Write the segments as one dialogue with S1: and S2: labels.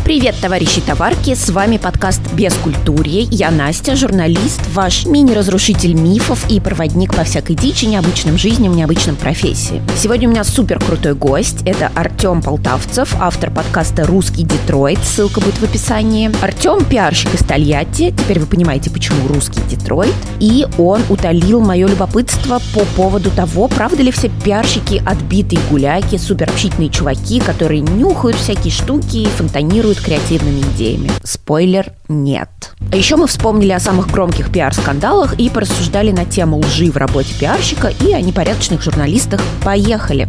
S1: Привет, товарищи товарки, с вами подкаст «Бескультурье». Я Настя, журналист, ваш мини-разрушитель мифов и проводник по всякой дичи, необычным жизням, необычным профессиям. Сегодня у меня супер крутой гость. Это Артем Полтавцев, автор подкаста «Русский Детройт». Ссылка будет в описании. Артем – пиарщик из Тольятти. Теперь вы понимаете, почему «Русский Детройт». И он утолил мое любопытство по поводу того, правда ли все пиарщики отбитые гуляки, суперобщительные чуваки, которые нюхают всякие штуки и фонтанируют креативными идеями. Спойлер – нет. А еще мы вспомнили о самых громких пиар-скандалах и порассуждали на тему лжи в работе пиарщика и о непорядочных журналистах. Поехали!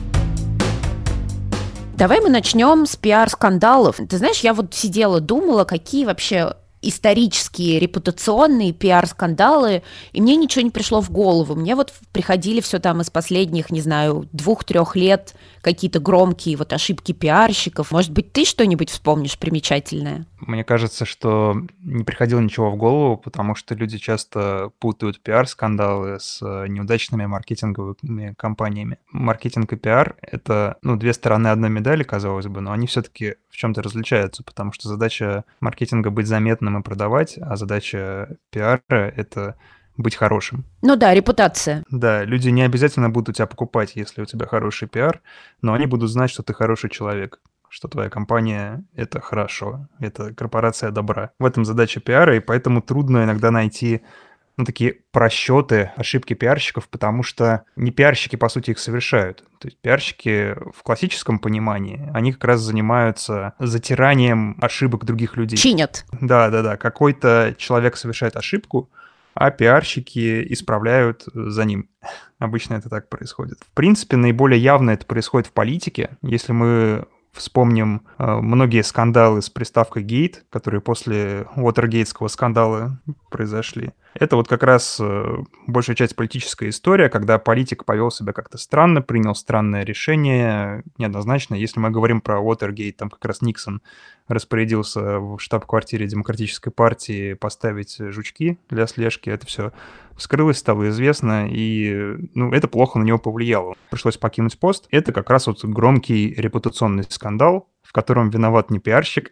S1: Давай мы начнем с пиар-скандалов. Ты знаешь, я вот сидела, думала, какие вообще исторические, репутационные пиар-скандалы, и мне ничего не пришло в голову. Мне вот приходили все там из последних, не знаю, 2-3 лет какие-то громкие вот ошибки пиарщиков. Может быть, ты что-нибудь вспомнишь примечательное?
S2: Мне кажется, что не приходило ничего в голову, потому что люди часто путают пиар-скандалы с неудачными маркетинговыми кампаниями. Маркетинг и пиар — это, две стороны одной медали, казалось бы, но они все-таки в чем-то различаются, потому что задача маркетинга — быть заметным и продавать, а задача пиара — это быть хорошим.
S1: Ну да, репутация.
S2: Да, люди не обязательно будут у тебя покупать, если у тебя хороший пиар, но они будут знать, что ты хороший человек, что твоя компания — это хорошо, это корпорация добра. В этом задача пиара, и поэтому трудно иногда найти такие просчеты, ошибки пиарщиков, потому что не пиарщики, по сути, их совершают. То есть пиарщики в классическом понимании, они как раз занимаются затиранием ошибок других людей.
S1: Чинят.
S2: Да. Какой-то человек совершает ошибку, а пиарщики исправляют за ним. Обычно это так происходит. В принципе, наиболее явно это происходит в политике. Если мы вспомним многие скандалы с приставкой «гейт», которые после Уотергейтского скандала произошли. Это вот как раз большая часть политической истории, когда политик повел себя как-то странно, принял странное решение, неоднозначно. Если мы говорим про Уотергейт, там как раз Никсон распорядился в штаб-квартире Демократической партии поставить жучки для слежки. Это все вскрылось, стало известно, и это плохо на него повлияло. Пришлось покинуть пост. Это как раз вот громкий репутационный скандал, в котором виноват не пиарщик,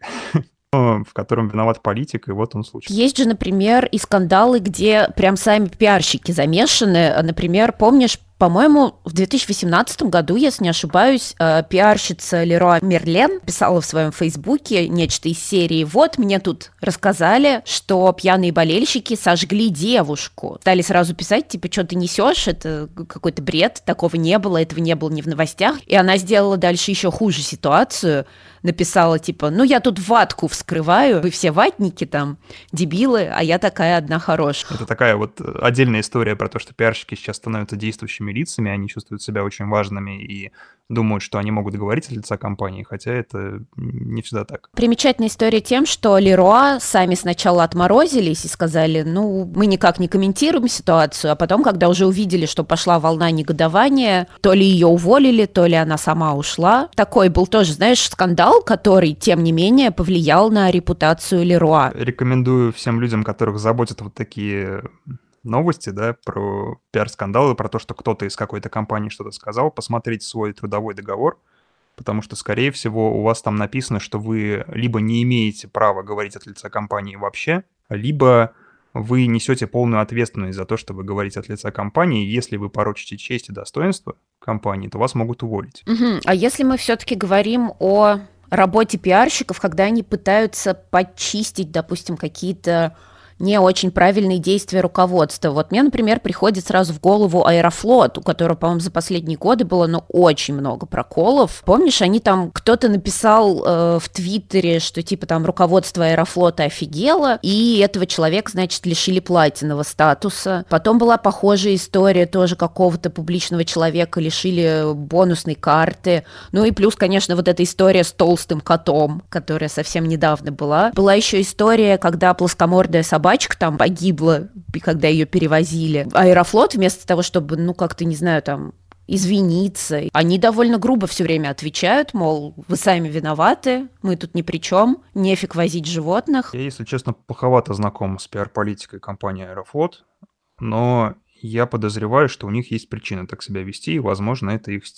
S2: в котором виноват политик, и вот он случился.
S1: Есть же, например, и скандалы, где прям сами пиарщики замешаны. Например, помнишь, по-моему, в 2018 году, если не ошибаюсь, пиарщица Леруа Мерлен писала в своем фейсбуке нечто из серии: «Вот, мне тут рассказали, что пьяные болельщики сожгли девушку». Стали сразу писать, типа, что ты несешь, это какой-то бред, такого не было, этого не было ни в новостях. И она сделала дальше еще хуже ситуацию, написала, типа, я тут ватку вскрываю, вы все ватники там, дебилы, а я такая одна хорошая.
S2: Это такая вот отдельная история про то, что пиарщики сейчас становятся действующими лицами, они чувствуют себя очень важными и думают, что они могут говорить от лица компании, хотя это не всегда так.
S1: Примечательная история тем, что Леруа сами сначала отморозились и сказали, мы никак не комментируем ситуацию, а потом, когда уже увидели, что пошла волна негодования, то ли ее уволили, то ли она сама ушла. Такой был тоже, знаешь, скандал, который, тем не менее, повлиял на репутацию Леруа.
S2: Рекомендую всем людям, которых заботят вот такие новости, про пиар-скандалы, про то, что кто-то из какой-то компании что-то сказал, посмотреть свой трудовой договор, потому что, скорее всего, у вас там написано, что вы либо не имеете права говорить от лица компании вообще, либо вы несете полную ответственность за то, что вы говорите от лица компании, и если вы порочите честь и достоинство компании, то вас могут уволить.
S1: А если мы все-таки говорим о работе пиарщиков, когда они пытаются почистить, допустим, какие-то не очень правильные действия руководства. Вот мне, например, приходит сразу в голову Аэрофлот, у которого, по-моему, за последние годы было, очень много проколов. Помнишь, они там, кто-то написал в Твиттере, что типа там руководство Аэрофлота офигело, и этого человека, значит, лишили платинового статуса. Потом была похожая история, тоже какого-то публичного человека лишили бонусной карты. И плюс, конечно, вот эта история с толстым котом, которая совсем недавно была. Была еще история, когда плоскомордая собачка там погибла, когда ее перевозили. Аэрофлот вместо того, чтобы, как-то, не знаю, там, извиниться, они довольно грубо все время отвечают, мол, вы сами виноваты, мы тут ни при чем, нефиг возить животных.
S2: Я, если честно, плоховато знаком с пиар-политикой компании Аэрофлот, но я подозреваю, что у них есть причина так себя вести, и, возможно, это их стиль.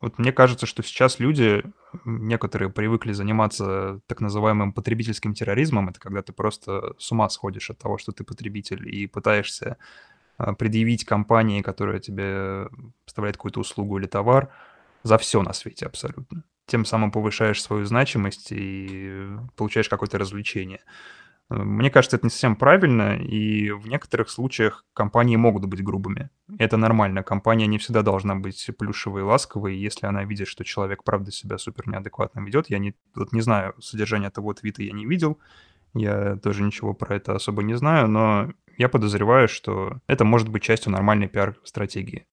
S2: Вот мне кажется, что сейчас люди, некоторые привыкли заниматься так называемым потребительским терроризмом. Это когда ты просто с ума сходишь от того, что ты потребитель, и пытаешься предъявить компании, которая тебе поставляет какую-то услугу или товар, за все на свете абсолютно. Тем самым повышаешь свою значимость и получаешь какое-то развлечение. Мне кажется, это не совсем правильно, и в некоторых случаях компании могут быть грубыми. Это нормально. Компания не всегда должна быть плюшевой и ласковой. Если она видит, что человек правда себя супер неадекватно ведет, я не знаю содержание того твита, я не видел, я тоже ничего про это особо не знаю, но я подозреваю, что это может быть частью нормальной пиар-стратегии.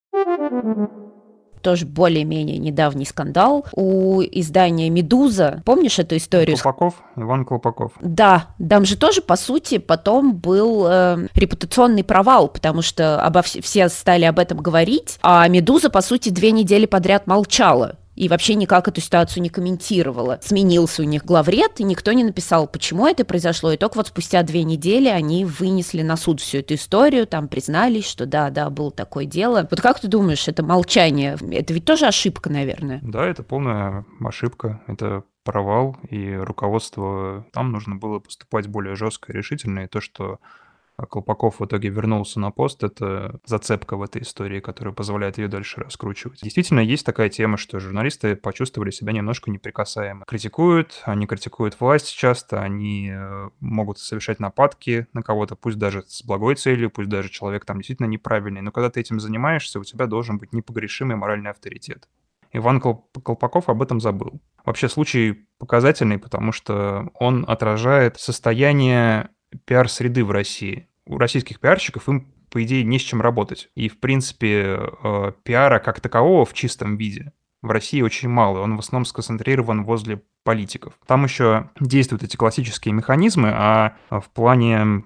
S1: Тоже более-менее недавний скандал у издания «Медуза». Помнишь эту историю?
S2: Иван Колпаков.
S1: Да, там же тоже, по сути, потом был репутационный провал, потому что все стали об этом говорить, а «Медуза», по сути, 2 недели подряд молчала. И вообще никак эту ситуацию не комментировала. Сменился у них главред, и никто не написал, почему это произошло. И только вот спустя 2 недели они вынесли на суд всю эту историю, там признались, что да, было такое дело. Вот как ты думаешь, это молчание, это ведь тоже ошибка, наверное?
S2: Да, это полная ошибка, это провал, и руководство там нужно было поступать более жестко и решительно, и то, что Колпаков в итоге вернулся на пост, это зацепка в этой истории, которая позволяет ее дальше раскручивать. Действительно, есть такая тема, что журналисты почувствовали себя немножко неприкасаемыми. Они критикуют власть часто, они могут совершать нападки на кого-то, пусть даже с благой целью, пусть даже человек там действительно неправильный, но когда ты этим занимаешься, у тебя должен быть непогрешимый моральный авторитет. Иван Колпаков об этом забыл. Вообще случай показательный, потому что он отражает состояние пиар-среды в России. У российских пиарщиков им, по идее, не с чем работать. И, в принципе, пиара как такового в чистом виде в России очень мало. Он в основном сконцентрирован возле политиков. Там еще действуют эти классические механизмы, а в плане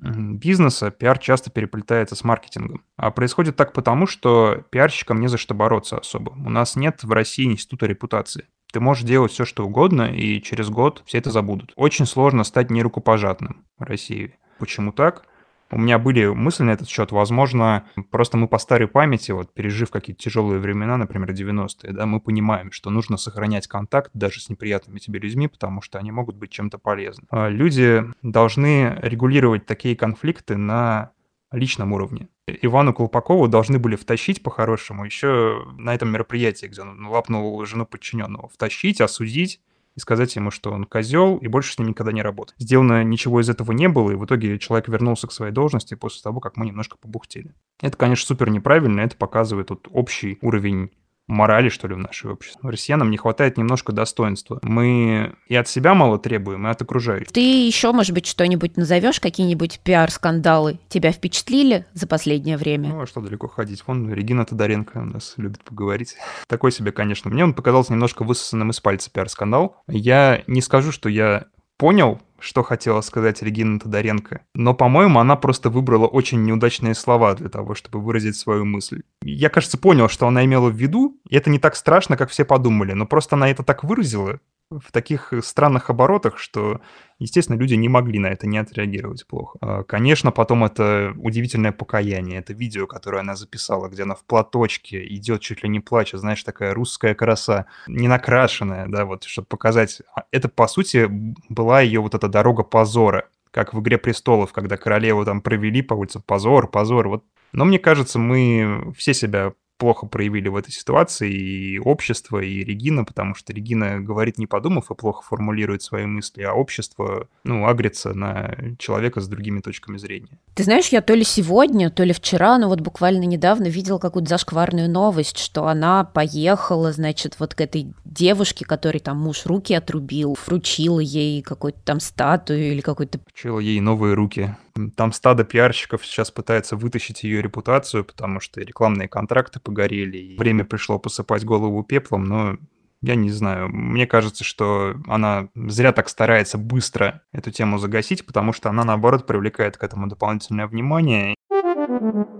S2: бизнеса пиар часто переплетается с маркетингом. А происходит так потому, что пиарщикам не за что бороться особо. У нас нет в России института репутации. Ты можешь делать все, что угодно, и через год все это забудут. Очень сложно стать нерукопожатным в России. Почему так? У меня были мысли на этот счет. Возможно, просто мы по старой памяти, вот пережив какие-то тяжелые времена, например, 90-е, да, мы понимаем, что нужно сохранять контакт даже с неприятными тебе людьми, потому что они могут быть чем-то полезны. Люди должны регулировать такие конфликты на личном уровне. Ивану Колпакову должны были втащить по-хорошему еще на этом мероприятии, где он лапнул жену подчиненного. Втащить, осудить и сказать ему, что он козел, и больше с ним никогда не работать. Сделано ничего из этого не было, и в итоге человек вернулся к своей должности после того, как мы немножко побухтели. Это, конечно, супер неправильно, это показывает вот общий уровень морали, что ли, в нашей обществе. Россиянам не хватает немножко достоинства. Мы и от себя мало требуем, и от окружающих.
S1: Ты еще, может быть, что-нибудь назовешь, какие-нибудь пиар-скандалы тебя впечатлили за последнее время?
S2: Ну, а что далеко ходить? Вон Регина Тодоренко у нас любит поговорить. Такой себе, конечно. Мне он показался немножко высосанным из пальца пиар-скандал. Я не скажу, что я понял, что хотела сказать Регина Тодоренко, но, по-моему, она просто выбрала очень неудачные слова для того, чтобы выразить свою мысль. Я, кажется, понял, что она имела в виду, и это не так страшно, как все подумали, но просто она это так выразила в таких странных оборотах, что, естественно, люди не могли на это не отреагировать плохо. Конечно, потом это удивительное покаяние, это видео, которое она записала, где она в платочке идет, чуть ли не плача, знаешь, такая русская краса, не накрашенная, да, вот, чтобы показать. Это, по сути, была ее вот эта дорога позора, как в «Игре престолов», когда королеву там провели по улице, позор, позор, вот. Но мне кажется, мы все себя плохо проявили в этой ситуации, и общество, и Регина, потому что Регина говорит не подумав и плохо формулирует свои мысли, а общество, агрится на человека с другими точками зрения.
S1: Ты знаешь, я то ли сегодня, то ли вчера, но вот буквально недавно видела какую-то зашкварную новость, что она поехала, значит, вот к этой девушке, которой там муж руки отрубил, вручила ей какую-то там статую или какой-то...
S2: Вручила ей новые руки. Там стадо пиарщиков сейчас пытается вытащить ее репутацию, потому что рекламные контракты погорели, и время пришло посыпать голову пеплом, но я не знаю. Мне кажется, что она зря так старается быстро эту тему загасить, потому что она, наоборот, привлекает к этому дополнительное внимание.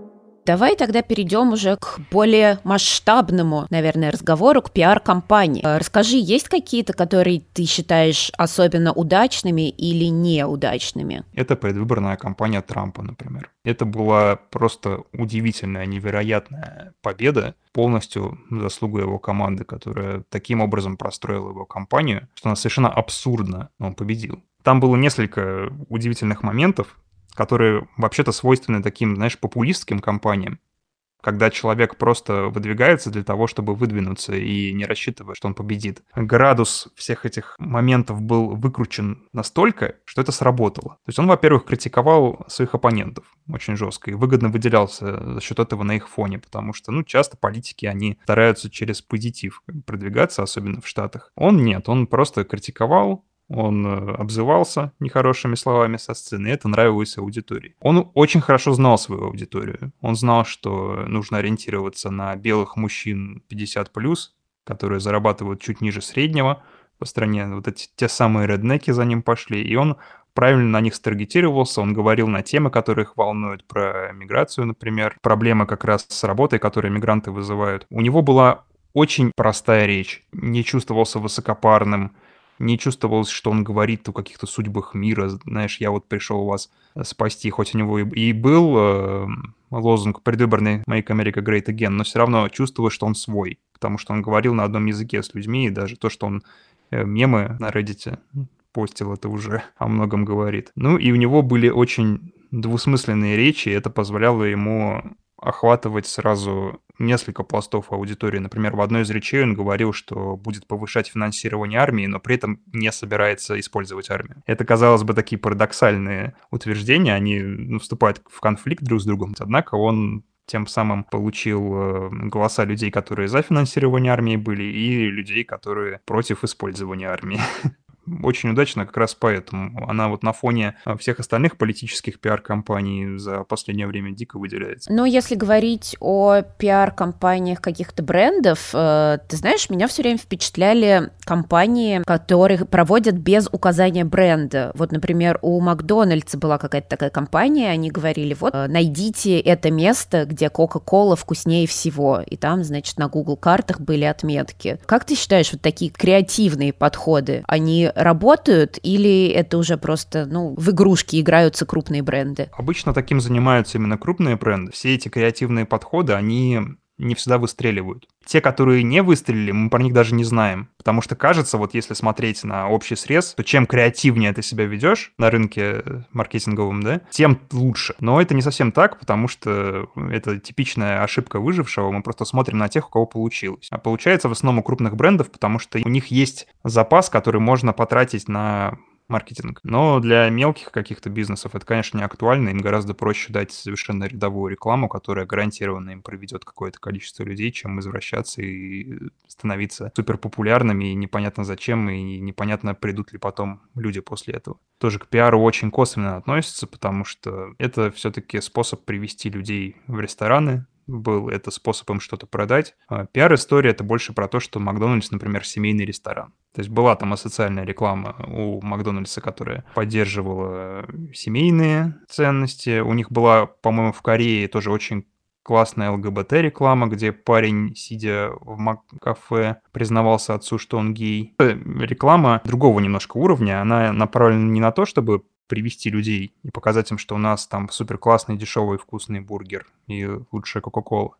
S1: Давай тогда перейдем уже к более масштабному, наверное, разговору, к пиар-компании. Расскажи, есть какие-то, которые ты считаешь особенно удачными или неудачными?
S2: Это предвыборная кампания Трампа, например. Это была просто удивительная, невероятная победа, полностью заслуга его команды, которая таким образом простроила его кампанию, что она совершенно абсурдно он победил. Там было несколько удивительных моментов, которые вообще-то свойственны таким, знаешь, популистским кампаниям, когда человек просто выдвигается для того, чтобы выдвинуться и не рассчитывая, что он победит. Градус всех этих моментов был выкручен настолько, что это сработало. То есть он, во-первых, критиковал своих оппонентов очень жестко и выгодно выделялся за счет этого на их фоне, потому что, часто политики, они стараются через позитив продвигаться, особенно в Штатах. Он нет, он просто критиковал, он обзывался нехорошими словами со сцены, и это нравилось аудитории. Он очень хорошо знал свою аудиторию. Он знал, что нужно ориентироваться на белых мужчин 50+, которые зарабатывают чуть ниже среднего по стране. Вот эти те самые реднеки за ним пошли, и он правильно на них старгетировался, он говорил на темы, которые их волнуют, про миграцию, например, проблемы как раз с работой, которые мигранты вызывают. У него была очень простая речь, не чувствовался высокопарным, не чувствовалось, что он говорит о каких-то судьбах мира. Знаешь, я вот пришел вас спасти, хоть у него и был лозунг предвыборный «Make America Great Again», но все равно чувствовалось, что он свой, потому что он говорил на одном языке с людьми, и даже то, что он мемы на Reddit постил, это уже о многом говорит. И у него были очень двусмысленные речи, и это позволяло ему охватывать сразу несколько пластов аудитории. Например, в одной из речей он говорил, что будет повышать финансирование армии, но при этом не собирается использовать армию. Это, казалось бы, такие парадоксальные утверждения, они вступают в конфликт друг с другом. Однако он тем самым получил голоса людей, которые за финансирование армии были, и людей, которые против использования армии. Очень удачно как раз поэтому. Она вот на фоне всех остальных политических пиар-компаний за последнее время дико выделяется.
S1: Если говорить о пиар-компаниях каких-то брендов, ты знаешь, меня все время впечатляли компании, которые проводят без указания бренда. Вот, например, у Макдональдса была какая-то такая компания, они говорили, найдите это место, где Кока-Кола вкуснее всего. И там, значит, на Google картах были отметки. Как ты считаешь, вот такие креативные подходы, они работают, или это уже просто, в игрушки играются крупные бренды?
S2: Обычно таким занимаются именно крупные бренды. Все эти креативные подходы, они не всегда выстреливают. Те, которые не выстрелили, мы про них даже не знаем. Потому что кажется, если смотреть на общий срез, то чем креативнее ты себя ведешь на рынке маркетинговом, да, тем лучше. Но это не совсем так, потому что это типичная ошибка выжившего. Мы просто смотрим на тех, у кого получилось. А получается в основном у крупных брендов, потому что у них есть запас, который можно потратить на маркетинг. Но для мелких каких-то бизнесов это, конечно, не актуально. Им гораздо проще дать совершенно рядовую рекламу, которая гарантированно им приведет какое-то количество людей, чем извращаться и становиться суперпопулярными, и непонятно зачем, и непонятно, придут ли потом люди после этого. Тоже к пиару очень косвенно относится, потому что это все-таки способ привести людей в рестораны, был это способ им что-то продать. Пиар-история — это больше про то, что Макдональдс, например, семейный ресторан. То есть была там асоциальная реклама у Макдональдса, которая поддерживала семейные ценности. У них была, по-моему, в Корее тоже очень классная ЛГБТ-реклама, где парень, сидя в кафе, признавался отцу, что он гей. Реклама другого немножко уровня, она направлена не на то, чтобы привести людей и показать им, что у нас там супер классный, дешевый, вкусный бургер и лучшая Кока-Кола.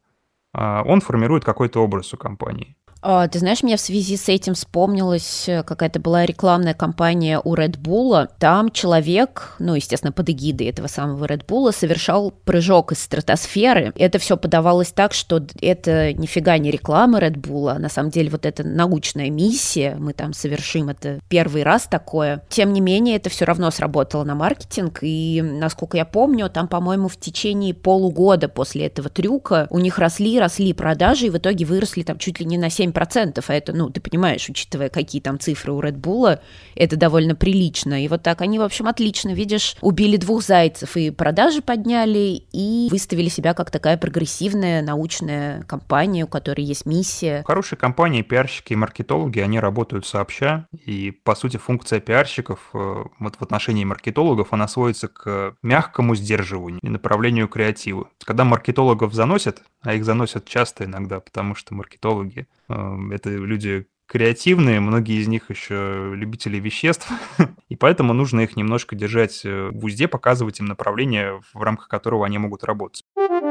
S2: Он формирует какой-то образ у компании.
S1: Ты знаешь, мне в связи с этим вспомнилась какая-то была рекламная кампания у Red Bull. Там человек, естественно, под эгидой этого самого Red Bull, совершал прыжок из стратосферы. Это все подавалось так, что это нифига не реклама Red Bull, а на самом деле это научная миссия, мы там совершим это первый раз такое. Тем не менее, это все равно сработало на маркетинг, и, насколько я помню, там, по-моему, в течение полугода после этого трюка у них росли продажи, и в итоге выросли там чуть ли не на 7 7%, а это, ну, ты понимаешь, учитывая, какие там цифры у Red Bull, это довольно прилично. И вот так они, в общем, отлично, видишь, убили 2 зайцев, и продажи подняли, и выставили себя как такая прогрессивная научная компания, у которой есть миссия.
S2: Хорошие компании, пиарщики и маркетологи, они работают сообща, и, по сути, функция пиарщиков вот в отношении маркетологов, она сводится к мягкому сдерживанию и направлению креатива. Когда маркетологов заносят, а их заносят часто иногда, потому что маркетологи это люди креативные, многие из них еще любители веществ, и поэтому нужно их немножко держать в узде, показывать им направление, в рамках которого они могут работать.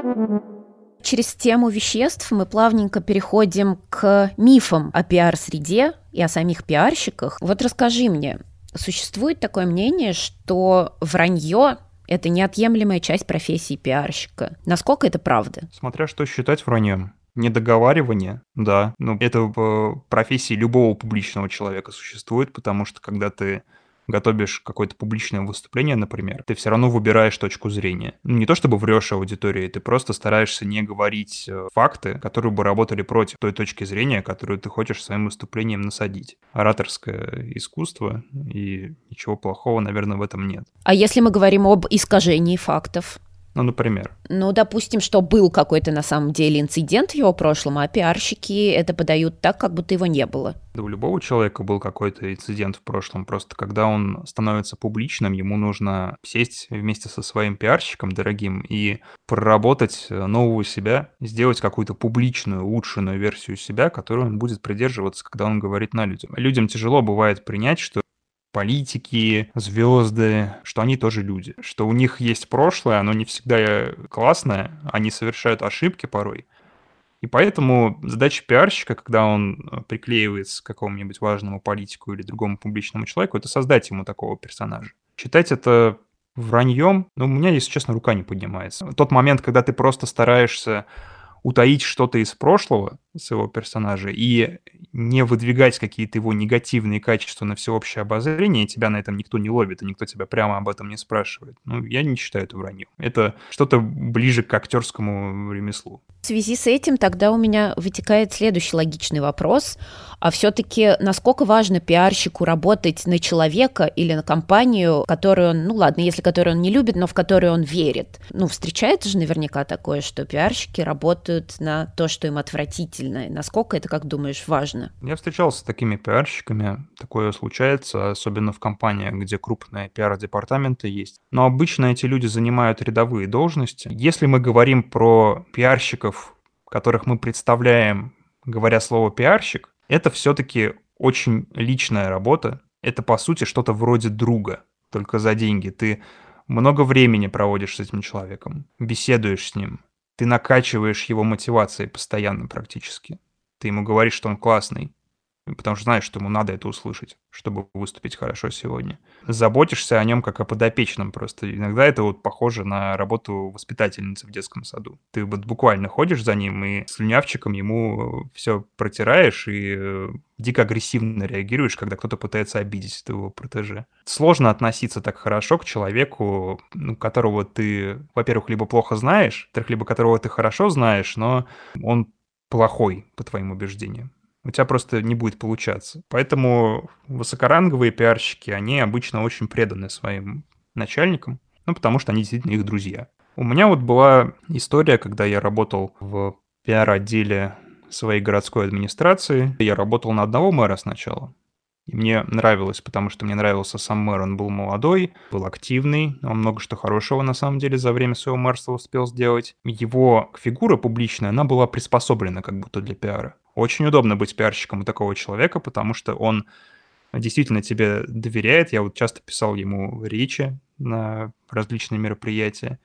S1: Через тему веществ мы плавненько переходим к мифам о пиар-среде и о самих пиарщиках. Вот расскажи мне, существует такое мнение, что вранье – это неотъемлемая часть профессии пиарщика. Насколько это правда?
S2: Смотря что считать враньем. Недоговаривание, да, но это в профессии любого публичного человека существует, потому что когда ты готовишь какое-то публичное выступление, например, ты все равно выбираешь точку зрения. Не то чтобы врешь аудитории, ты просто стараешься не говорить факты, которые бы работали против той точки зрения, которую ты хочешь своим выступлением насадить. Ораторское искусство, и ничего плохого, наверное, в этом нет.
S1: А если мы говорим об искажении фактов?
S2: Ну, например.
S1: Ну, допустим, что был какой-то на самом деле инцидент в его прошлом, а пиарщики это подают так, как будто его не было.
S2: Да, у любого человека был какой-то инцидент в прошлом. Просто когда он становится публичным, ему нужно сесть вместе со своим пиарщиком дорогим и проработать нового себя, сделать какую-то публичную, улучшенную версию себя, которую он будет придерживаться, когда он говорит на людям. Людям тяжело бывает принять, что политики, звезды, что они тоже люди, что у них есть прошлое, оно не всегда классное, они совершают ошибки порой. И поэтому задача пиарщика, когда он приклеивается к какому-нибудь важному политику или другому публичному человеку, это создать ему такого персонажа. Считать это враньем, ну, у меня, если честно, рука не поднимается. Тот момент, когда ты просто стараешься утаить что-то из прошлого своего персонажа и не выдвигать какие-то его негативные качества на всеобщее обозрение, и тебя на этом никто не ловит, и никто тебя прямо об этом не спрашивает. Ну, я не считаю это враньем. Это что-то ближе к актерскому ремеслу.
S1: В связи с этим тогда у меня вытекает следующий логичный вопрос. А все-таки насколько важно пиарщику работать на человека или на компанию, которую он, ну ладно, если которую он не любит, но в которую он верит? Ну, встречается же наверняка такое, что пиарщики работают на то, что им отвратительно. Насколько это, как думаешь, важно?
S2: Я встречался с такими пиарщиками. Такое случается, особенно в компаниях, где крупные пиар-департаменты есть. Но обычно эти люди занимают рядовые должности. Если мы говорим про пиарщиков, которых мы представляем, говоря слово «пиарщик», это все-таки очень личная работа. Это, по сути, что-то вроде друга, только за деньги. Ты много времени проводишь с этим человеком, беседуешь с ним, ты накачиваешь его мотивацией постоянно практически. Ты ему говоришь, что он классный, потому что знаешь, что ему надо это услышать, чтобы выступить хорошо сегодня. Заботишься о нем как о подопечном просто. Иногда это вот похоже на работу воспитательницы в детском саду. Ты вот буквально ходишь за ним и слюнявчиком ему все протираешь и дико агрессивно реагируешь, когда кто-то пытается обидеть твоего протеже. Сложно относиться так хорошо к человеку, которого ты, во-первых, либо плохо знаешь, во-вторых, либо которого ты хорошо знаешь, но он плохой, по твоим убеждениям. У тебя просто не будет получаться. Поэтому высокоранговые пиарщики, они обычно очень преданы своим начальникам, потому что они действительно их друзья. У меня вот была история, когда я работал в пиар-отделе своей городской администрации. Я работал на одного мэра сначала. И мне нравилось, потому что мне нравился сам мэр. Он был молодой, был активный, он много что хорошего на самом деле за время своего мэрства успел сделать. Его фигура публичная, она была приспособлена как будто для пиара. Очень удобно быть пиарщиком у такого человека, потому что он действительно тебе доверяет. Я вот часто писал ему речи на различные мероприятия.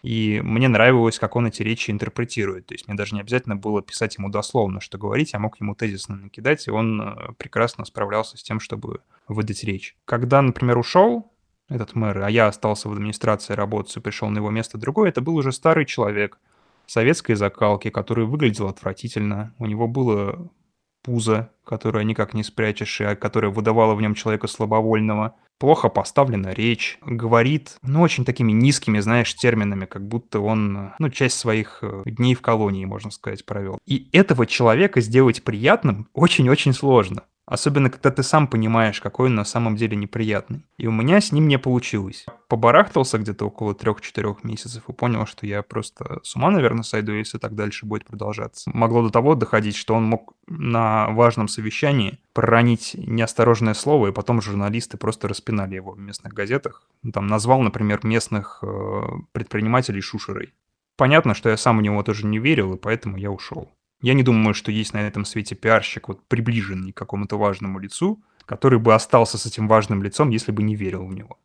S2: И мне нравилось, как он эти речи интерпретирует. То есть мне даже не обязательно было писать ему дословно, что говорить, я мог ему тезисно накидать, и он прекрасно справлялся с тем, чтобы выдать речь. Когда, например, ушел этот мэр, а я остался в администрации работать и пришел на его место другой, это был уже старый человек советской закалки, который выглядел отвратительно. У него было пузо, которое никак не спрячешь, и которое выдавало в нем человека слабовольного. Плохо поставлена речь, говорит, очень такими низкими, знаешь, терминами, как будто он, часть своих дней в колонии, можно сказать, провел. И этого человека сделать приятным очень-очень сложно. Особенно, когда ты сам понимаешь, какой он на самом деле неприятный. И у меня с ним не получилось. Побарахтался где-то около 3-4 месяцев и понял, что я просто с ума, наверное, сойду, если так дальше будет продолжаться. Могло до того доходить, что он мог на важном совещании проронить неосторожное слово, и потом журналисты просто распинали его в местных газетах. Там назвал, например, местных предпринимателей шушерой. Понятно, что я сам в него тоже не верил, и поэтому я ушел. Я не думаю, что есть на этом свете пиарщик, приближенный к какому-то важному лицу, который бы остался с этим важным лицом, если бы не верил в него.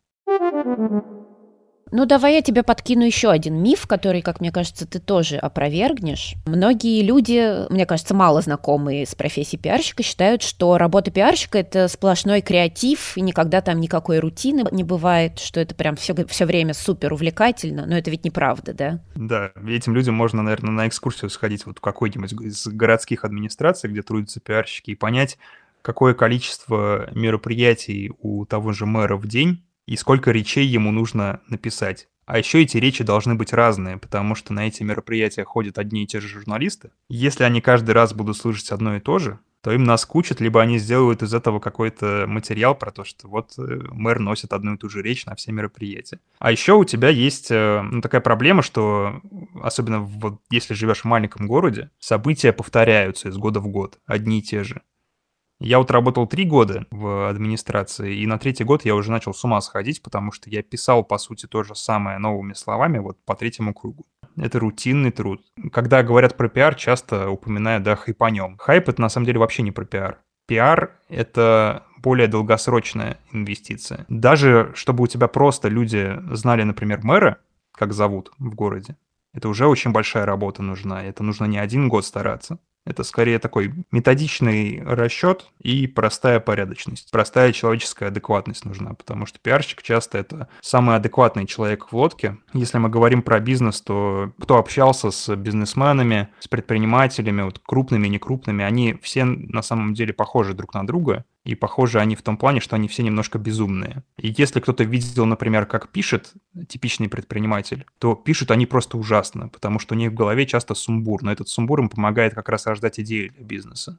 S1: Ну, давай я тебе подкину еще один миф, который, как мне кажется, ты тоже опровергнешь. Многие люди, мне кажется, мало знакомые с профессией пиарщика, считают, что работа пиарщика — это сплошной креатив, и никогда там никакой рутины не бывает, что это прям все время супер увлекательно, но это ведь неправда, да?
S2: Да, этим людям можно, наверное, на экскурсию сходить в какой-нибудь из городских администраций, где трудятся пиарщики, и понять, какое количество мероприятий у того же мэра в день, и сколько речей ему нужно написать. А еще эти речи должны быть разные, потому что на эти мероприятия ходят одни и те же журналисты. Если они каждый раз будут слушать одно и то же, то им наскучат, либо они сделают из этого какой-то материал про то, что мэр носит одну и ту же речь на все мероприятия. А еще у тебя есть такая проблема, что особенно если живешь в маленьком городе, события повторяются из года в год, одни и те же. Я работал 3 года в администрации, и на 3-й год я уже начал с ума сходить, потому что я писал, по сути, то же самое новыми словами по 3-му кругу. Это рутинный труд. Когда говорят про пиар, часто упоминают, хайпанем. Хайп — это на самом деле вообще не про пиар. Пиар — это более долгосрочная инвестиция. Даже чтобы у тебя просто люди знали, например, мэра, как зовут в городе, это уже очень большая работа нужна. Это нужно не 1 год стараться. Это скорее такой методичный расчет и простая порядочность. Простая человеческая адекватность нужна, потому что пиарщик часто это самый адекватный человек в лодке. Если мы говорим про бизнес, то кто общался с бизнесменами, с предпринимателями, крупными, некрупными, они все на самом деле похожи друг на друга. И похожи они в том плане, что они все немножко безумные. И если кто-то видел, например, как пишет типичный предприниматель, то пишут они просто ужасно, потому что у них в голове часто сумбур. Но этот сумбур им помогает как раз рождать идеи для бизнеса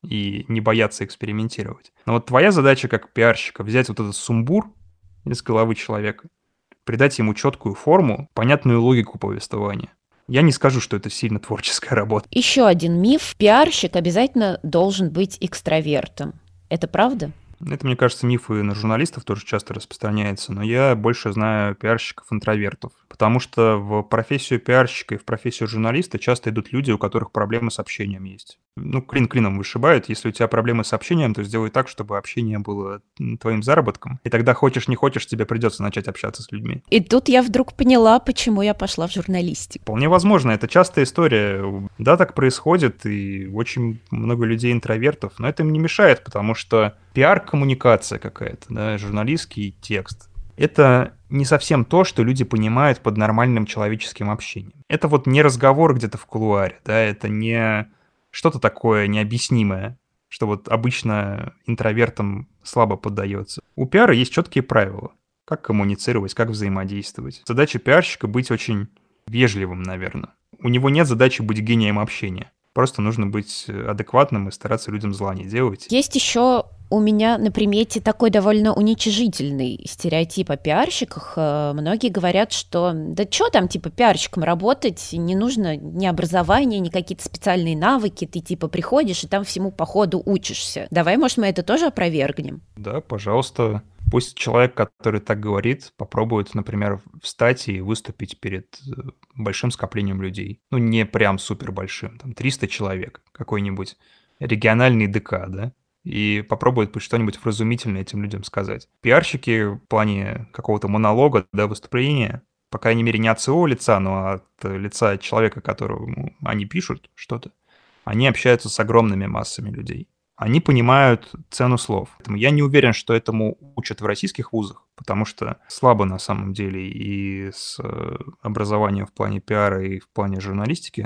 S2: и не бояться экспериментировать. Но твоя задача как пиарщика — взять этот сумбур из головы человека, придать ему четкую форму, понятную логику повествования. Я не скажу, что это сильно творческая работа.
S1: Еще один миф. Пиарщик обязательно должен быть экстравертом. Это правда?
S2: Это, мне кажется, мифы на журналистов тоже часто распространяются, но я больше знаю пиарщиков-интровертов, потому что в профессию пиарщика и в профессию журналиста часто идут люди, у которых проблемы с общением есть. Клин клином вышибают. Если у тебя проблемы с общением, то сделай так, чтобы общение было твоим заработком, и тогда хочешь не хочешь, тебе придется начать общаться с людьми.
S1: И тут я вдруг поняла, почему я пошла в журналистику.
S2: Вполне возможно, это частая история. Да, так происходит, и очень много людей интровертов, но это им не мешает, потому что пиар-коммуникация какая-то, да, журналистский текст. Это не совсем то, что люди понимают под нормальным человеческим общением. Это не разговор где-то в кулуаре, да, это не что-то такое необъяснимое, что обычно интровертам слабо поддается. У пиара есть четкие правила, как коммуницировать, как взаимодействовать. Задача пиарщика — быть очень вежливым, наверное. У него нет задачи быть гением общения. Просто нужно быть адекватным и стараться людям зла не делать.
S1: Есть еще у меня на примете такой довольно уничижительный стереотип о пиарщиках. Многие говорят, что да что там, пиарщиком работать, не нужно ни образования, ни какие-то специальные навыки, ты приходишь и там всему по ходу учишься. Давай, может, мы это тоже опровергнем?
S2: Да, пожалуйста. Пусть человек, который так говорит, попробует, например, встать и выступить перед большим скоплением людей. Не прям супер большим, 300 человек, какой-нибудь региональный ДК, да? И попробует что-нибудь вразумительное этим людям сказать. Пиарщики в плане какого-то монолога, да, выступления, по крайней мере, не от своего лица, но от лица человека, которому они пишут что-то, они общаются с огромными массами людей. Они понимают цену слов. Поэтому я не уверен, что этому учат в российских вузах, потому что слабо на самом деле и с образованием в плане пиара, и в плане журналистики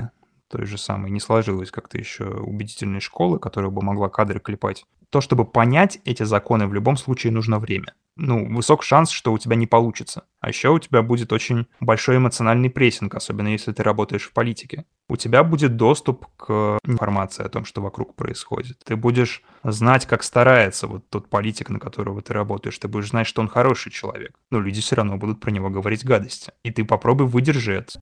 S2: той же самой, не сложилось как-то еще убедительной школы, которая бы могла кадры клепать. То, чтобы понять эти законы, в любом случае нужно время. Высок шанс, что у тебя не получится. А еще у тебя будет очень большой эмоциональный прессинг, особенно если ты работаешь в политике. У тебя будет доступ к информации о том, что вокруг происходит. Ты будешь знать, как старается вот тот политик, на которого ты работаешь. Ты будешь знать, что он хороший человек. Но люди все равно будут про него говорить гадости. И ты попробуй выдержи это.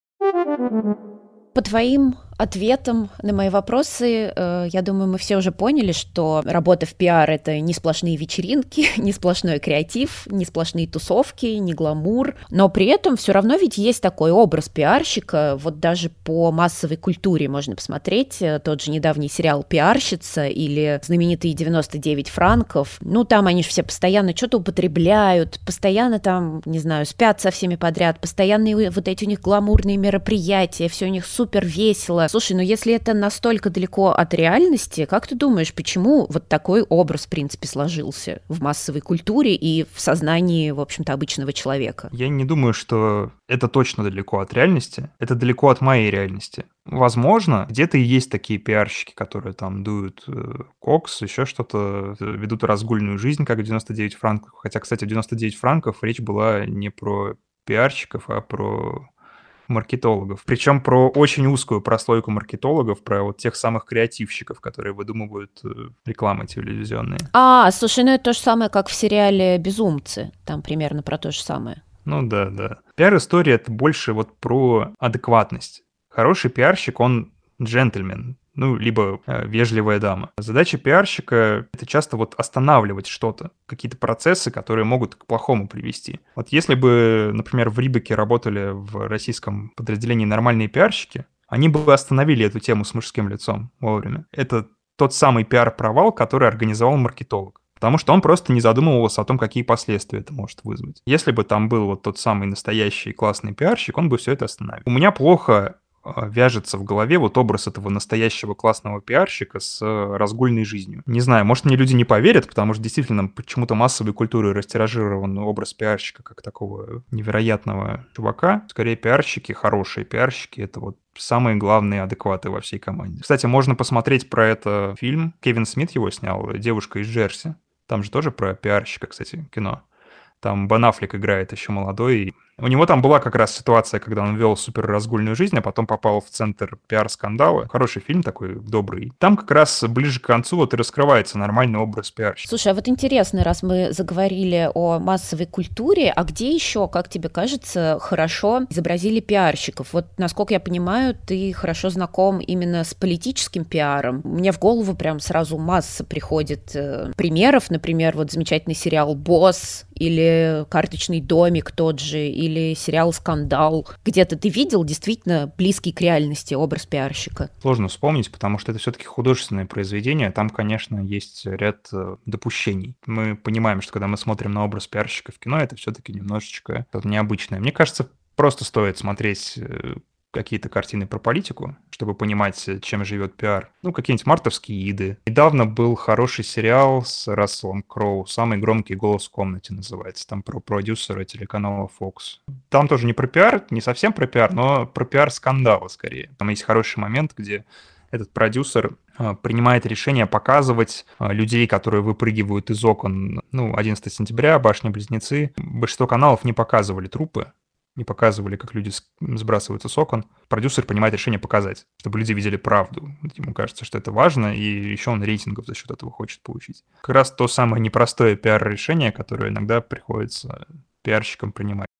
S1: По твоим ответам на мои вопросы, я думаю, мы все уже поняли, что работа в пиар — это не сплошные вечеринки, не сплошной креатив, не сплошные тусовки, не гламур, но при этом все равно ведь есть такой образ пиарщика, вот даже по массовой культуре можно посмотреть тот же недавний сериал «Пиарщица» или знаменитые «99 франков», там они же все постоянно что-то употребляют, постоянно там, не знаю, спят со всеми подряд, постоянные вот эти у них гламурные мероприятия, все у них супер весело. Слушай, если это настолько далеко от реальности, как ты думаешь, почему вот такой образ, в принципе, сложился в массовой культуре и в сознании, в общем-то, обычного человека?
S2: Я не думаю, что это точно далеко от реальности. Это далеко от моей реальности. Возможно, где-то и есть такие пиарщики, которые там дуют кокс, еще что-то, ведут разгульную жизнь, как в 99 франков. Хотя, кстати, в 99 франков речь была не про пиарщиков, а про маркетологов. Причем про очень узкую прослойку маркетологов, про вот тех самых креативщиков, которые выдумывают рекламы телевизионные.
S1: Слушай, это то же самое, как в сериале «Безумцы». Там примерно про то же самое.
S2: Да. Пиар-история — это больше вот про адекватность. Хороший пиарщик, он джентльмен, либо вежливая дама. Задача пиарщика — это часто вот останавливать что-то, какие-то процессы, которые могут к плохому привести. Вот если бы, например, в Рибаке работали в российском подразделении нормальные пиарщики, они бы остановили эту тему с мужским лицом вовремя. Это тот самый пиар-провал, который организовал маркетолог. Потому что он просто не задумывался о том, какие последствия это может вызвать. Если бы там был вот тот самый настоящий классный пиарщик, он бы все это остановил. У меня плохо вяжется в голове вот образ этого настоящего классного пиарщика с разгульной жизнью. Не знаю, может, мне люди не поверят, потому что действительно почему-то массовой культурой растиражирован образ пиарщика как такого невероятного чувака. Скорее, пиарщики, хорошие пиарщики — это вот самые главные адекваты во всей команде. Кстати, можно посмотреть про это фильм. Кевин Смит его снял, «Девушка из Джерси». Там же тоже про пиарщика, кстати, кино. Там Бен Аффлек играет еще молодой. У него там была как раз ситуация, когда он вел суперразгульную жизнь, а потом попал в центр пиар-скандала. Хороший фильм такой, добрый. Там как раз ближе к концу вот и раскрывается нормальный образ пиарщика.
S1: Слушай, а вот интересно, раз мы заговорили о массовой культуре, а где еще, как тебе кажется, хорошо изобразили пиарщиков? Вот, насколько я понимаю, ты хорошо знаком именно с политическим пиаром. Мне в голову прям сразу масса приходит примеров. Например, вот замечательный сериал «Босс» или «Карточный домик» тот же, или сериал «Скандал». Где-то ты видел действительно близкий к реальности образ пиарщика?
S2: Сложно вспомнить, потому что это все-таки художественное произведение. Там, конечно, есть ряд допущений. Мы понимаем, что когда мы смотрим на образ пиарщика в кино, это все-таки немножечко что-то необычное. Мне кажется, просто стоит смотреть какие-то картины про политику, чтобы понимать, чем живет пиар. Какие-нибудь «Мартовские иды». Недавно был хороший сериал с Расселом Кроу «Самый громкий голос в комнате» называется. Там про продюсера телеканала Fox. Там тоже не про пиар, не совсем про пиар, но про пиар скандала скорее. Там есть хороший момент, где этот продюсер принимает решение показывать людей, которые выпрыгивают из окон. 11 сентября, «Башни-близнецы». Большинство каналов не показывали трупы, не показывали, как люди сбрасываются с окон. Продюсер принимает решение показать, чтобы люди видели правду. Ему кажется, что это важно, и еще он рейтингов за счет этого хочет получить. Как раз то самое непростое пиар-решение, которое иногда приходится пиарщикам принимать.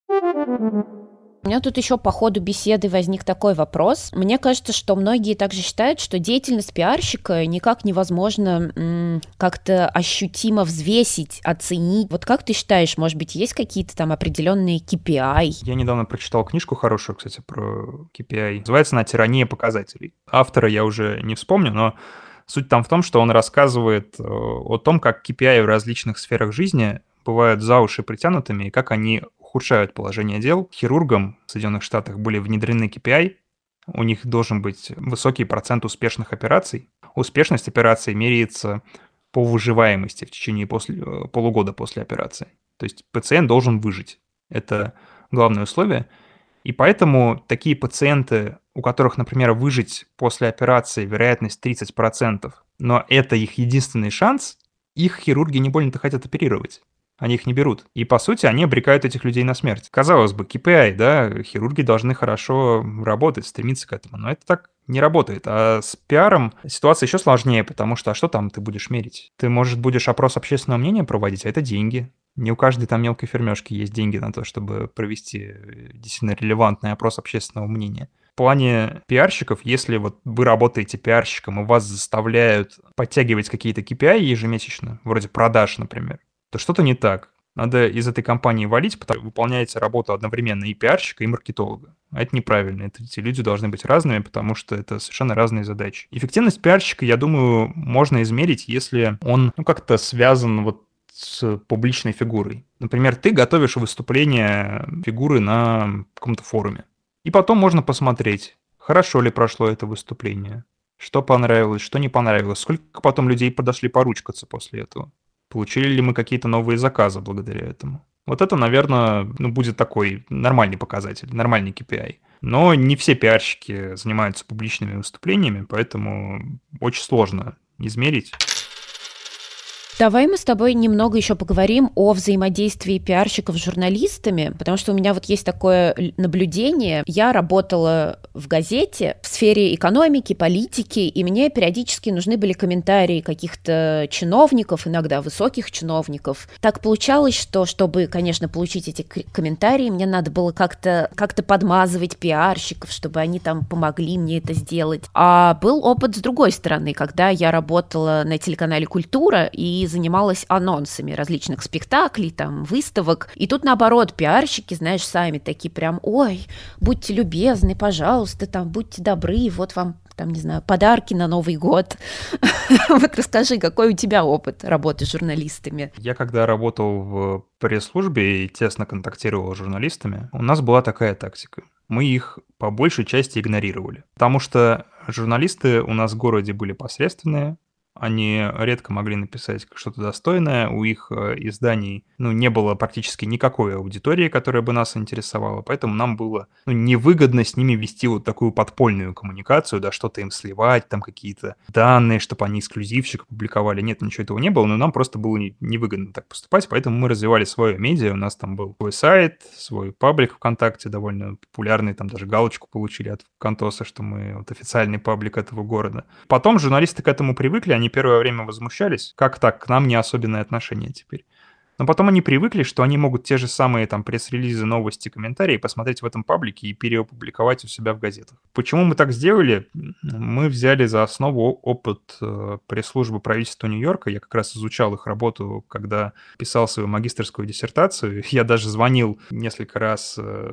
S1: У меня тут еще по ходу беседы возник такой вопрос. Мне кажется, что многие также считают, что деятельность пиарщика никак невозможно как-то ощутимо взвесить, оценить. Вот как ты считаешь, может быть, есть какие-то там определенные KPI?
S2: Я недавно прочитал книжку хорошую, кстати, про KPI. Называется она «Тирания показателей». Автора я уже не вспомню, но суть там в том, что он рассказывает о том, как KPI в различных сферах жизни бывают за уши притянутыми, и как они ухудшают положение дел. Хирургам в Соединенных Штатах были внедрены KPI, у них должен быть высокий процент успешных операций. Успешность операции меряется по выживаемости в течение полугода после операции. То есть пациент должен выжить. Это главное условие. И поэтому такие пациенты, у которых, например, выжить после операции вероятность 30%, но это их единственный шанс, их хирурги не больно-то хотят оперировать. Они их не берут. И, по сути, они обрекают этих людей на смерть. Казалось бы, KPI, да, хирурги должны хорошо работать, стремиться к этому. Но это так не работает. А с пиаром ситуация еще сложнее, потому что, а что там ты будешь мерить? Ты, может, будешь опрос общественного мнения проводить, а это деньги. Не у каждой там мелкой фермешки есть деньги на то, чтобы провести действительно релевантный опрос общественного мнения. В плане пиарщиков, если вот вы работаете пиарщиком и вас заставляют подтягивать какие-то KPI ежемесячно, вроде продаж, например, то что-то не так. Надо из этой компании валить, потому что вы выполняете работу одновременно и пиарщика, и маркетолога. А это неправильно. Эти люди должны быть разными, потому что это совершенно разные задачи. Эффективность пиарщика, я думаю, можно измерить, если он как-то связан вот с публичной фигурой. Например, ты готовишь выступление фигуры на каком-то форуме. И потом можно посмотреть, хорошо ли прошло это выступление, что понравилось, что не понравилось, сколько потом людей подошли поручкаться после этого. Получили ли мы какие-то новые заказы благодаря этому? Вот это, наверное, будет такой нормальный показатель, нормальный KPI. Но не все пиарщики занимаются публичными выступлениями, поэтому очень сложно измерить.
S1: Давай мы с тобой немного еще поговорим о взаимодействии пиарщиков с журналистами, потому что у меня вот есть такое наблюдение. Я работала в газете в сфере экономики, политики, и мне периодически нужны были комментарии каких-то чиновников, иногда высоких чиновников. Так получалось, что, чтобы, конечно, получить эти комментарии, мне надо было как-то подмазывать пиарщиков, чтобы они там помогли мне это сделать. А был опыт с другой стороны, когда я работала на телеканале «Культура» и занималась анонсами различных спектаклей, там, выставок. И тут, наоборот, пиарщики, знаешь, сами такие прям, ой, будьте любезны, пожалуйста, там, будьте добры, вот вам, там, не знаю, подарки на Новый год. Вот расскажи, какой у тебя опыт работы с журналистами?
S2: Я когда работал в пресс-службе и тесно контактировал с журналистами, у нас была такая тактика. Мы их по большей части игнорировали. Потому что журналисты у нас в городе были посредственные, они редко могли написать что-то достойное, у их изданий не было практически никакой аудитории, которая бы нас интересовала, поэтому нам было невыгодно с ними вести вот такую подпольную коммуникацию, да, что-то им сливать, там какие-то данные, чтобы они эксклюзивчик публиковали. Нет, ничего этого не было, но нам просто было невыгодно так поступать, поэтому мы развивали свое медиа, у нас там был свой сайт, свой паблик ВКонтакте, довольно популярный, там даже галочку получили от Контоса, что мы вот официальный паблик этого города. Потом журналисты к этому привыкли, они первое время возмущались, как так, к нам не особенное отношение теперь. Но потом они привыкли, что они могут те же самые там пресс-релизы, новости, комментарии посмотреть в этом паблике и переопубликовать у себя в газетах. Почему мы так сделали? Мы взяли за основу опыт пресс-службы правительства Нью-Йорка. Я как раз изучал их работу, когда писал свою магистерскую диссертацию. Я даже звонил несколько раз,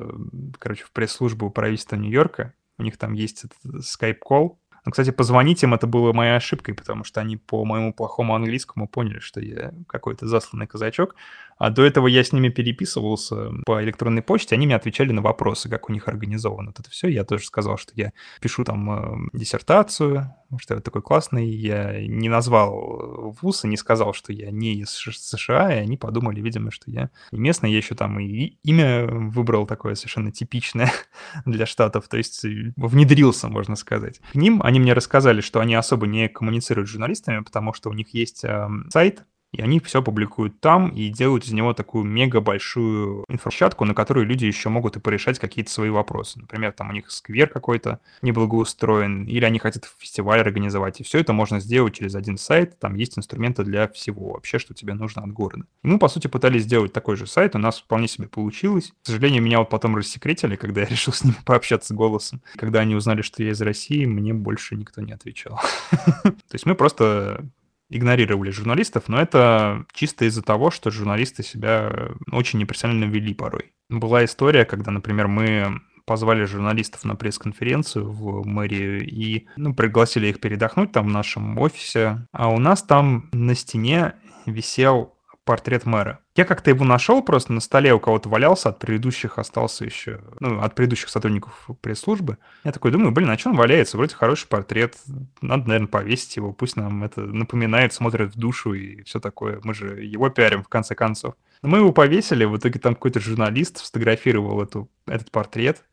S2: в пресс-службу правительства Нью-Йорка. У них там есть этот скайп-колл. Но, кстати, позвонить им это было моей ошибкой, потому что они по моему плохому английскому поняли, что я какой-то засланный казачок. А до этого я с ними переписывался по электронной почте, они мне отвечали на вопросы, как у них организовано вот это все. Я тоже сказал, что я пишу там диссертацию, что я такой классный. Я не назвал вуз и не сказал, что я не из США, и они подумали, видимо, что я не местный. Я еще там и имя выбрал такое совершенно типичное для Штатов, то есть внедрился, можно сказать. К ним они мне рассказали, что они особо не коммуницируют с журналистами, потому что у них есть сайт, и они все публикуют там и делают из него такую мега-большую инфоплощадку, на которой люди еще могут и порешать какие-то свои вопросы. Например, там у них сквер какой-то неблагоустроен, или они хотят фестиваль организовать. И все это можно сделать через один сайт. Там есть инструменты для всего вообще, что тебе нужно от города. И мы, по сути, пытались сделать такой же сайт. У нас вполне себе получилось. К сожалению, меня вот потом рассекретили, когда я решил с ними пообщаться голосом. Когда они узнали, что я из России, мне больше никто не отвечал. То есть мы просто игнорировали журналистов, но это чисто из-за того, что журналисты себя очень непрофессионально вели порой. Была история, когда, например, мы позвали журналистов на пресс-конференцию в мэрию и пригласили их передохнуть там в нашем офисе, а у нас там на стене висел портрет мэра. Я как-то его нашел просто на столе, у кого-то валялся, от предыдущих остался еще, от предыдущих сотрудников пресс-службы. Я такой думаю, а что он валяется? Вроде хороший портрет, надо, наверное, повесить его, пусть нам это напоминает, смотрит в душу и все такое. Мы же его пиарим, в конце концов. Но мы его повесили, в итоге там какой-то журналист сфотографировал этот портрет.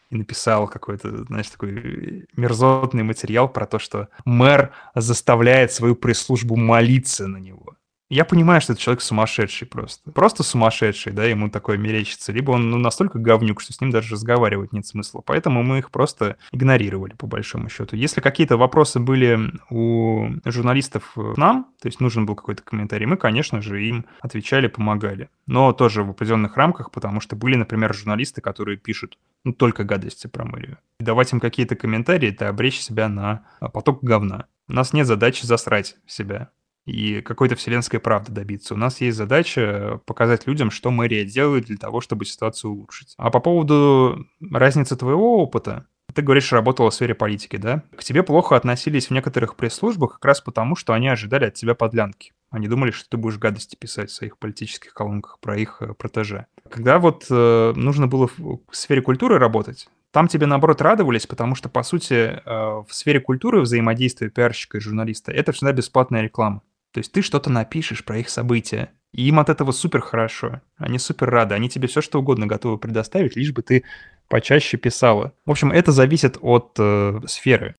S2: и написал какой-то, знаешь, такой мерзотный материал про то, что мэр заставляет свою пресс-службу молиться на него. Я понимаю, что этот человек сумасшедший просто. Просто сумасшедший, да, ему такое мерещится. Либо он настолько говнюк, что с ним даже разговаривать нет смысла. Поэтому мы их просто игнорировали, по большому счету. Если какие-то вопросы были у журналистов к нам, то есть нужен был какой-то комментарий, мы, конечно же, им отвечали, помогали. Но тоже в определенных рамках, потому что были, например, журналисты, которые пишут только гадости про мэрию. И давать им какие-то комментарии — это обречь себя на поток говна. У нас нет задачи засрать себя и какой-то вселенской правды добиться. У нас есть задача показать людям, что мэрия делает для того, чтобы ситуацию улучшить. А по поводу разницы твоего опыта, ты говоришь, работала в сфере политики, да? К тебе плохо относились в некоторых пресс-службах как раз потому, что они ожидали от тебя подлянки. Они думали, что ты будешь гадости писать в своих политических колонках про их протеже. Когда вот нужно было в сфере культуры работать, там тебе, наоборот, радовались, потому что, по сути, в сфере культуры взаимодействие пиарщика и журналиста — это всегда бесплатная реклама. То есть ты что-то напишешь про их события, и им от этого супер хорошо. Они супер рады, они тебе все что угодно готовы предоставить, лишь бы ты почаще писала. В общем, это зависит от сферы.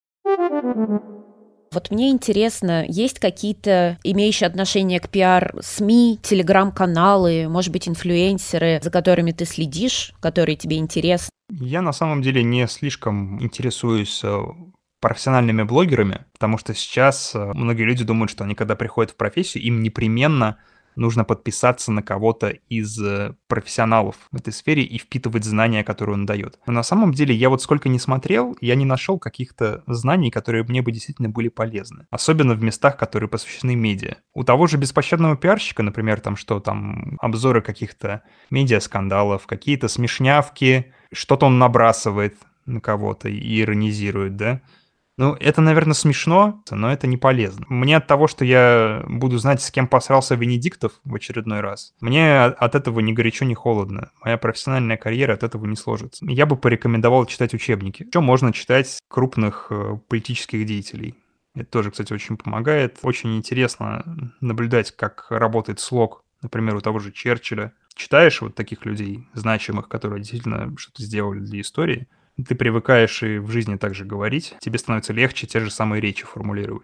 S1: Вот мне интересно, есть какие-то имеющие отношение к пиар СМИ, телеграм-каналы, может быть, инфлюенсеры, за которыми ты следишь, которые тебе интересны?
S2: Я на самом деле не слишком интересуюсь профессиональными блогерами, потому что сейчас многие люди думают, что они, когда приходят в профессию, им непременно нужно подписаться на кого-то из профессионалов в этой сфере и впитывать знания, которые он дает. Но на самом деле я вот сколько не смотрел, я не нашел каких-то знаний, которые мне бы действительно были полезны. Особенно в местах, которые посвящены медиа. У того же беспощадного пиарщика, например, там обзоры каких-то медиаскандалов, какие-то смешнявки, что-то он набрасывает на кого-то и иронизирует, да? Ну, это, наверное, смешно, но это не полезно. Мне от того, что я буду знать, с кем посрался Венедиктов в очередной раз, мне от этого ни горячо, ни холодно. Моя профессиональная карьера от этого не сложится. Я бы порекомендовал читать учебники. Еще можно читать крупных политических деятелей. Это тоже, кстати, очень помогает. Очень интересно наблюдать, как работает слог, например, у того же Черчилля. Читаешь вот таких людей значимых, которые действительно что-то сделали для истории, ты привыкаешь и в жизни также говорить, тебе становится легче те же самые речи формулировать.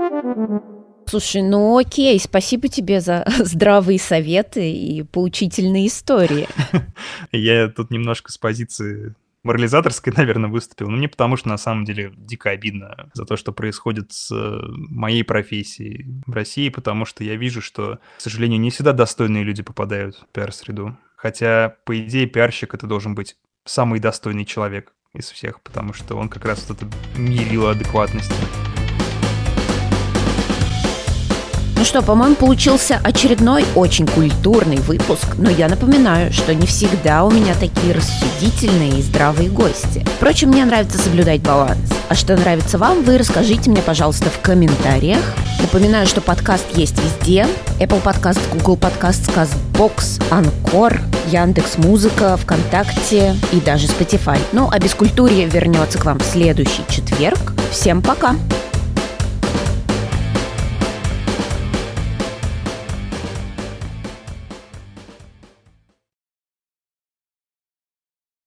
S1: Слушай, ну окей, спасибо тебе за здравые советы и поучительные истории.
S2: Я тут немножко с позиции морализаторской, наверное, выступил. Но мне потому что на самом деле дико обидно за то, что происходит с моей профессией в России, потому что я вижу, что, к сожалению, не всегда достойные люди попадают в пиар-среду. Хотя, по идее, пиарщик — это должен быть самый достойный человек из всех, потому что он как раз вот это мерило адекватности.
S1: Ну что, по-моему, получился очередной очень культурный выпуск, но я напоминаю, что не всегда у меня такие рассудительные и здравые гости. Впрочем, мне нравится соблюдать баланс. А что нравится вам, вы расскажите мне, пожалуйста, в комментариях. Напоминаю, что подкаст есть везде. Apple Podcast, Google Podcast, CastBox, Anchor, Яндекс.Музыка, ВКонтакте и даже Spotify. Ну, а Бескультурье вернется к вам в следующий четверг. Всем пока!